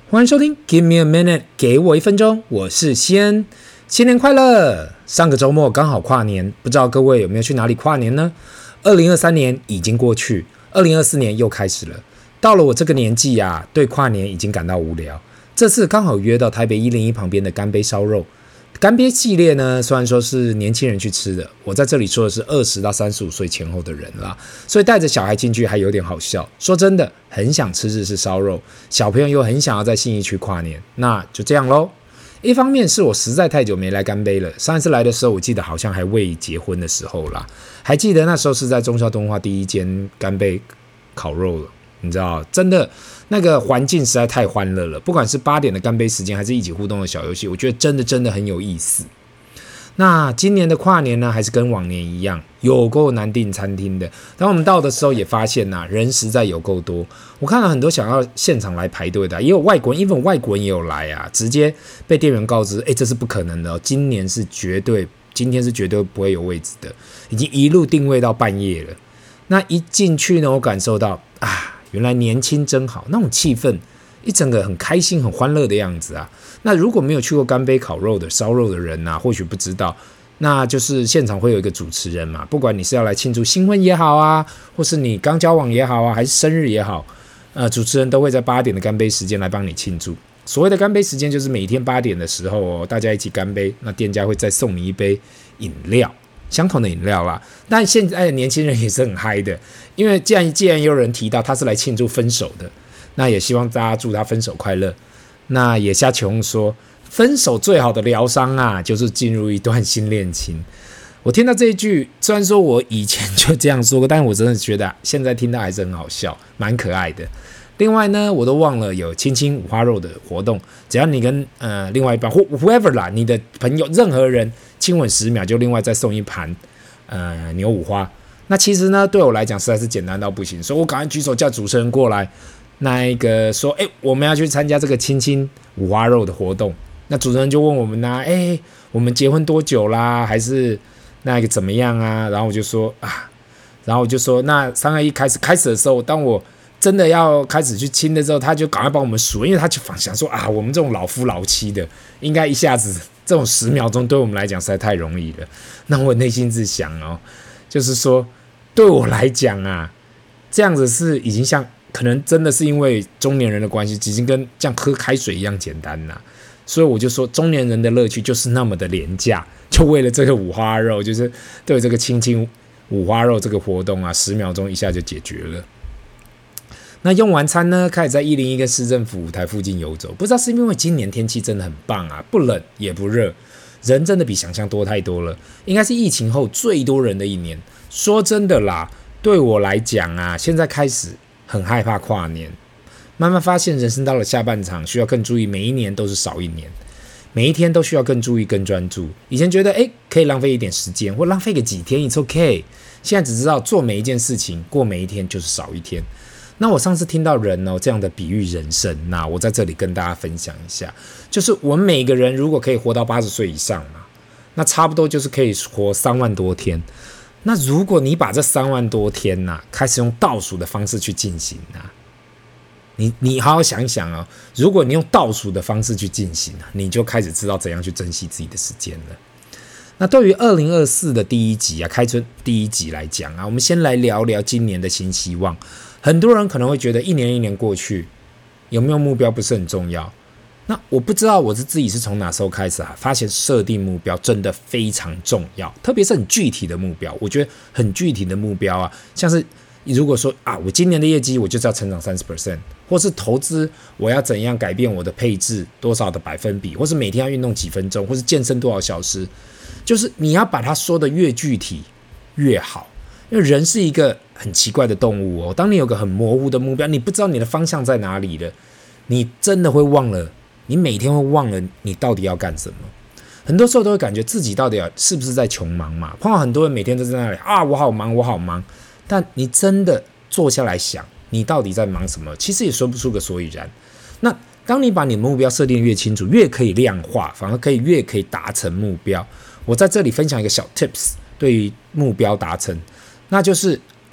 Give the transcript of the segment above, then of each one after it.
欢迎收听 Give me a minute， 给我一分钟，我是西恩，新年快乐！上个周末刚好跨年，不知道各位有没有去哪里跨年呢？2023年已经过去，2024年又开始了。到了我这个年纪啊，对跨年已经感到无聊。这次刚好约到台北101旁边的干杯烧肉。干杯系列呢，虽然说是年轻人去吃的，我在这里说的是20到35岁前后的人啦，所以带着小孩进去还有点好笑。说真的，很想吃日式烧肉，小朋友又很想要在信义区跨年，那就这样咯。一方面是我实在太久没来干杯了，上一次来的时候我记得好像还未结婚的时候啦，还记得那时候是在忠孝敦化第一间干杯烤肉了。你知道，真的那个环境实在太欢乐了，不管是8点的干杯时间，还是一起互动的小游戏，我觉得真的很有意思。那今年的跨年呢，还是跟往年一样，有够难订餐厅的。当我们到的时候，也发现人实在有够多。我看到很多想要现场来排队的，也有外国人 ，even 外国人也有来啊，直接被店员告知，这是不可能的哦，今天是绝对不会有位置的，已经一路定位到半夜了。那一进去呢，我感受到原来年轻真好，那种气氛，一整个很开心、很欢乐的样子啊。那如果没有去过干杯烤肉的烧肉的人或许不知道，那就是现场会有一个主持人嘛，不管你是要来庆祝新婚也好啊，或是你刚交往也好啊，还是生日也好，主持人都会在8点的干杯时间来帮你庆祝。所谓的干杯时间，就是每天8点的时候大家一起干杯，那店家会再送你一杯饮料。相同的饮料啦，但现在的年轻人也是很嗨的，因为既然也有人提到他是来庆祝分手的，那也希望大家祝他分手快乐。那也下琼说，分手最好的疗伤就是进入一段新恋情。我听到这一句，虽然说我以前就这样说过，但是我真的觉得现在听到还是很好笑，蛮可爱的。另外呢，我都忘了有亲亲五花肉的活动，只要你跟另外一半或 whoever 啦，你的朋友任何人亲吻10秒，就另外再送一盘牛五花。那其实呢，对我来讲实在是简单到不行，所以我赶快举手叫主持人过来，那一个说，我们要去参加这个亲亲五花肉的活动。那主持人就问我们我们结婚多久啦？还是那个怎么样啊？然后我就说那3、2、1开始的时候，当我真的要开始去亲的时候，他就赶快帮我们数，因为他就想说我们这种老夫老妻的，应该一下子这种10秒钟对我们来讲实在太容易了。那我内心是想就是说对我来讲这样子是已经像可能真的是因为中年人的关系，已经跟这样喝开水一样简单所以我就说中年人的乐趣就是那么的廉价，就为了这个五花肉，就是对这个亲亲五花肉这个活动10秒钟一下就解决了。那用完餐呢，开始在101跟市政府舞台附近游走。不知道是因为今年天气真的很棒不冷也不热，人真的比想象多太多了，应该是疫情后最多人的一年。说真的啦，对我来讲现在开始很害怕跨年，慢慢发现人生到了下半场，需要更注意，每一年都是少一年，每一天都需要更注意、更专注。以前觉得可以浪费一点时间，或浪费个几天 it's okay， 现在只知道做每一件事情，过每一天就是少一天。那我上次听到人这样的比喻人生，那我在这里跟大家分享一下，就是我们每个人如果可以活到80岁以上那差不多就是可以活3万多天。那如果你把这3万多天开始用倒数的方式去进行你好好想一想如果你用倒数的方式去进行你就开始知道怎样去珍惜自己的时间了。那对于2024的第一集开春第一集来讲我们先来聊聊今年的新希望。很多人可能会觉得一年一年过去，有没有目标不是很重要。那我不知道我自己是从哪时候开始发现设定目标真的非常重要，特别是很具体的目标。我觉得很具体的目标像是如果说我今年的业绩我就是要成长 30%， 或是投资我要怎样改变我的配置多少的百分比，或是每天要运动几分钟，或是健身多少小时，就是你要把它说的越具体越好。因为人是一个很奇怪的动物当你有个很模糊的目标，你不知道你的方向在哪里了，你真的会忘了，你每天会忘了你到底要干什么。很多时候都会感觉自己到底是不是在穷忙嘛？碰到很多人每天都在那里我好忙，但你真的坐下来想，你到底在忙什么？其实也说不出个所以然。那当你把你的目标设定越清楚，越可以量化，反而越可以达成目标。我在这里分享一个小 tips， 对于目标达成，那就是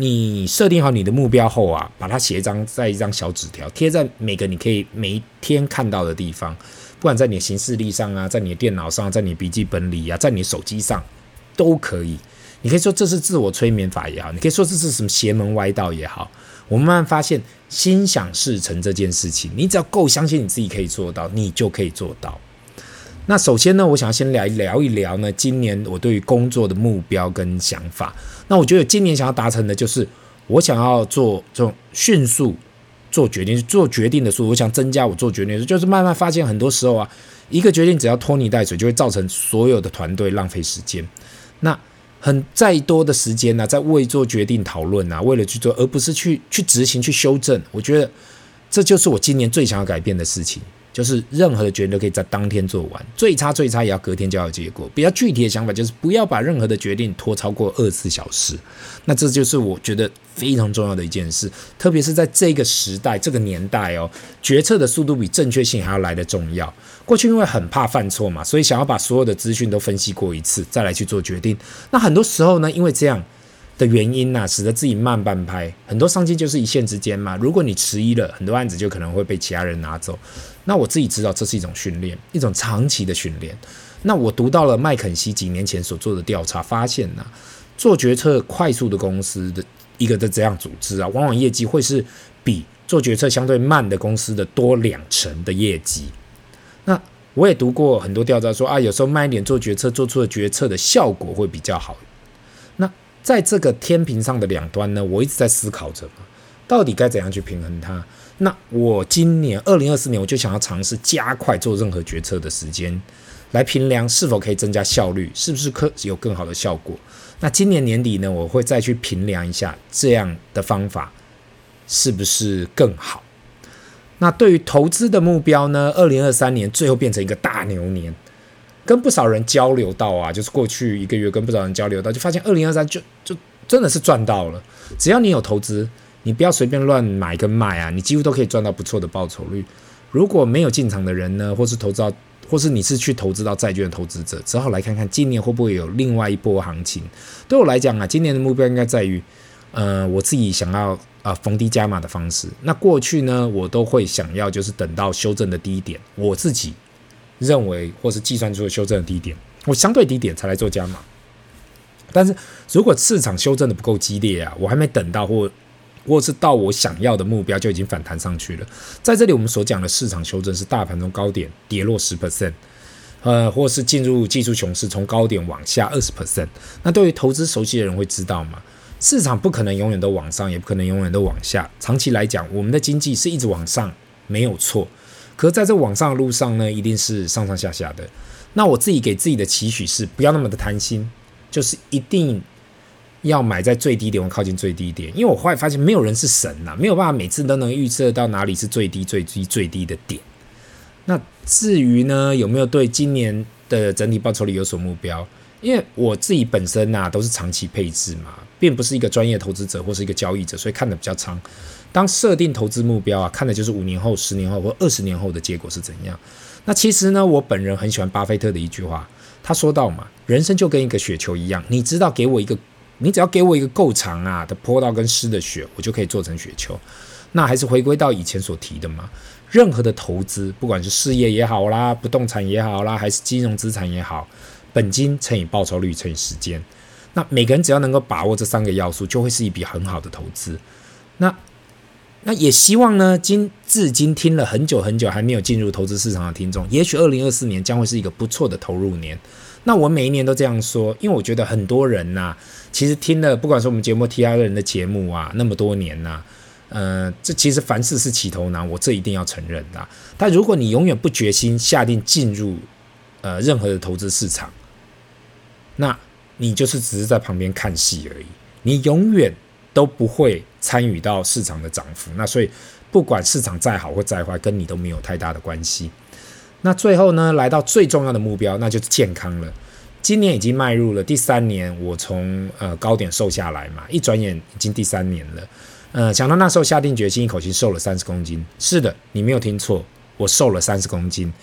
你设定好你的目标后啊，把它写在一张小纸条，贴在每个你可以每一天看到的地方，不管在你的行事历上啊，在你的电脑上，在你的笔记本里啊，在你的手机上都可以。你可以说这是自我催眠法也好，你可以说这是什么邪门歪道也好，我们慢慢发现心想事成这件事情，你只要够相信你自己可以做到，你就可以做到。那首先呢，我想要先聊一聊呢，今年我对于工作的目标跟想法。那我觉得今年想要达成的就是，我想要做这种迅速做决定的速度，我想增加我做决定的速度，就是慢慢发现很多时候啊，一个决定只要拖泥带水，就会造成所有的团队浪费时间。那再多的时间呢，在为做决定讨论啊，为了去做，而不是去执行去修正。我觉得这就是我今年最想要改变的事情。就是任何的决定都可以在当天做完，最差也要隔天就要有结果。比较具体的想法就是不要把任何的决定拖超过24小时。那这就是我觉得非常重要的一件事，特别是在这个时代这个年代哦，决策的速度比正确性还要来得重要。过去因为很怕犯错嘛，所以想要把所有的资讯都分析过一次再来去做决定。那很多时候呢，因为这样的原因啊，使得自己慢半拍，很多商机就是一线之间嘛。如果你迟疑了，很多案子就可能会被其他人拿走。那我自己知道这是一种训练，一种长期的训练。那我读到了麦肯锡几年前所做的调查，发现啊，做决策快速的公司的一个的这样组织啊，往往业绩会是比做决策相对慢的公司的多20%的业绩。那我也读过很多调查说啊，有时候慢一点做决策，做出的决策的效果会比较好。那在这个天平上的两端呢，我一直在思考着嘛，到底该怎样去平衡它。那我今年2024年我就想要尝试加快做任何决策的时间，来评量是否可以增加效率，是不是可有更好的效果。那今年年底呢，我会再去评量一下这样的方法是不是更好。那对于投资的目标呢，2023年最后变成一个大牛年，跟不少人交流到啊，就是过去1个月跟不少人交流到，就发现2023就真的是赚到了。只要你有投资，你不要随便乱买跟卖啊，你几乎都可以赚到不错的报酬率。如果没有进场的人呢，或是你是去投资到债券的投资者，只好来看看今年会不会有另外一波行情。对我来讲啊，今年的目标应该在于，我自己想要逢低加码的方式。那过去呢，我都会想要就是等到修正的低点，我自己认为或是计算出的修正的低点，我相对低点才来做加码。但是如果市场修正的不够激烈啊，我还没等到或是到我想要的目标就已经反弹上去了。在这里我们所讲的市场修正是大盘从高点跌落 10%， 或是进入技术熊市从高点往下 20%。 那对于投资熟悉的人会知道嘛，市场不可能永远都往上，也不可能永远都往下。长期来讲，我们的经济是一直往上没有错，可是在这往上的路上呢，一定是上上下下的。那我自己给自己的期许是不要那么的贪心，就是一定要买在最低点或靠近最低点。因为我后来发现没有人是神啊，没有办法每次都能预测到哪里是最低的点。那至于呢，有没有对今年的整体报酬率有所目标？因为我自己本身都是长期配置嘛，并不是一个专业投资者或是一个交易者，所以看得比较长。当设定投资目标看的就是5年后、10年后或20年后的结果是怎样。那其实呢，我本人很喜欢巴菲特的一句话，他说到嘛，人生就跟一个雪球一样，你只要给我一个够长的坡道跟湿的雪，我就可以做成雪球。那还是回归到以前所提的嘛，任何的投资，不管是事业也好啦，不动产也好啦，还是金融资产也好，本金乘以报酬率乘以时间。那每个人只要能够把握这3个要素，就会是一笔很好的投资。那也希望呢，至今听了很久很久还没有进入投资市场的听众，也许2024年将会是一个不错的投入年。那我每一年都这样说，因为我觉得很多人其实听了不管是我们节目其他人的节目那么多年这其实凡事是起头难，我这一定要承认的。但如果你永远不决心下定进入任何的投资市场，那你就是只是在旁边看戏而已，你永远都不会参与到市场的涨幅。那所以不管市场再好或再坏，跟你都没有太大的关系。那最后呢，来到最重要的目标，那就是健康了。今年已经迈入了第3年，我从高点瘦下来嘛，一转眼已经第3年了。想到那时候下定决心，一口气瘦了30公斤。是的，你没有听错，我瘦了30公斤。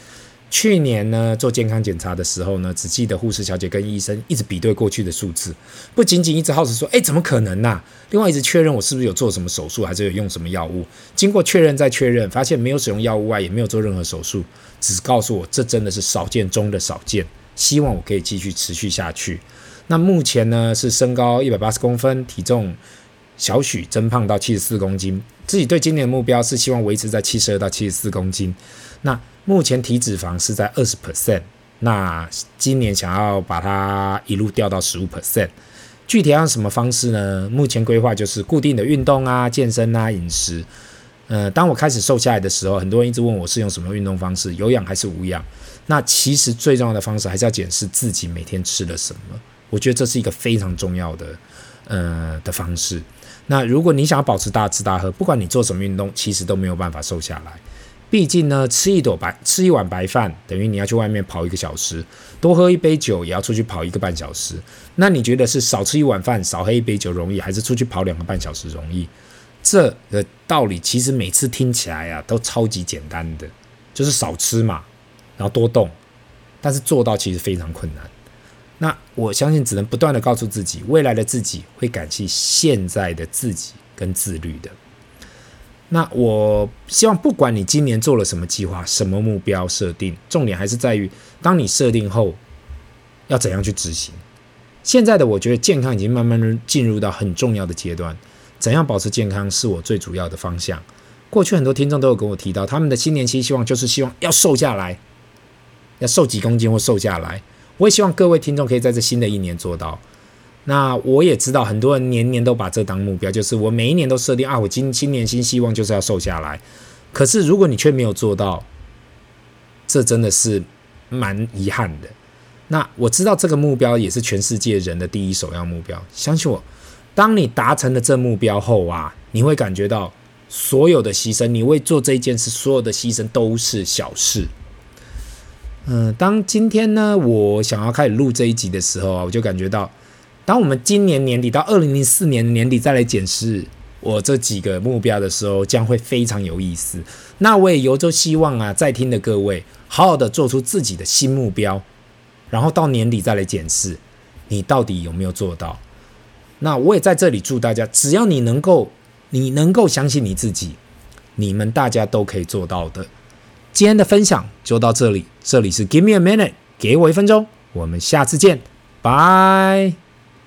去年呢做健康检查的时候呢，只记得护士小姐跟医生一直比对过去的数字，不仅仅一直好奇说，怎么可能啊？另外一直确认我是不是有做什么手术，还是有用什么药物。经过确认再确认，发现没有使用药物外，也没有做任何手术，只告诉我这真的是少见中的少见，希望我可以继续持续下去。那目前呢是身高180公分，体重小许增胖到74公斤，自己对今年的目标是希望维持在72到74公斤。那目前体脂肪是在 20%， 那今年想要把它一路掉到 15%。 具体要用什么方式呢？目前规划就是固定的运动啊、健身啊、饮食。当我开始瘦下来的时候，很多人一直问我是用什么运动方式，有氧还是无氧。那其实最重要的方式还是要检视自己每天吃了什么，我觉得这是一个非常重要的方式。那如果你想要保持大吃大喝，不管你做什么运动，其实都没有办法瘦下来。毕竟呢，吃一碗白饭等于你要去外面跑1个小时，多喝一杯酒也要出去跑1个半小时。那你觉得是少吃一碗饭少喝一杯酒容易，还是出去跑2个半小时容易？这个道理其实每次听起来啊都超级简单的，就是少吃嘛，然后多动，但是做到其实非常困难。那我相信只能不断的告诉自己，未来的自己会感谢现在的自己跟自律的。那我希望不管你今年做了什么计划、什么目标设定，重点还是在于当你设定后要怎样去执行。现在的我觉得健康已经慢慢进入到很重要的阶段，怎样保持健康是我最主要的方向。过去很多听众都有跟我提到，他们的新年期希望就是希望要瘦下来，要瘦几公斤或瘦下来。我也希望各位听众可以在这新的一年做到。那我也知道很多人年年都把这当目标，就是我每一年都设定我新年新希望就是要瘦下来。可是如果你却没有做到，这真的是蛮遗憾的。那我知道这个目标也是全世界人的第一首要目标，相信我，当你达成了这目标后你会感觉到所有的牺牲，你为做这一件事所有的牺牲都是小事。当今天呢我想要开始录这一集的时候我就感觉到，当我们今年年底到2004年年底再来检视我这几个目标的时候，将会非常有意思。那我也由衷希望在听的各位好好的做出自己的新目标，然后到年底再来检视你到底有没有做到。那我也在这里祝大家，只要你能够相信你自己，你们大家都可以做到的。今天的分享就到这里，这里是 Give me a minute， 给我1分钟，我们下次见，拜。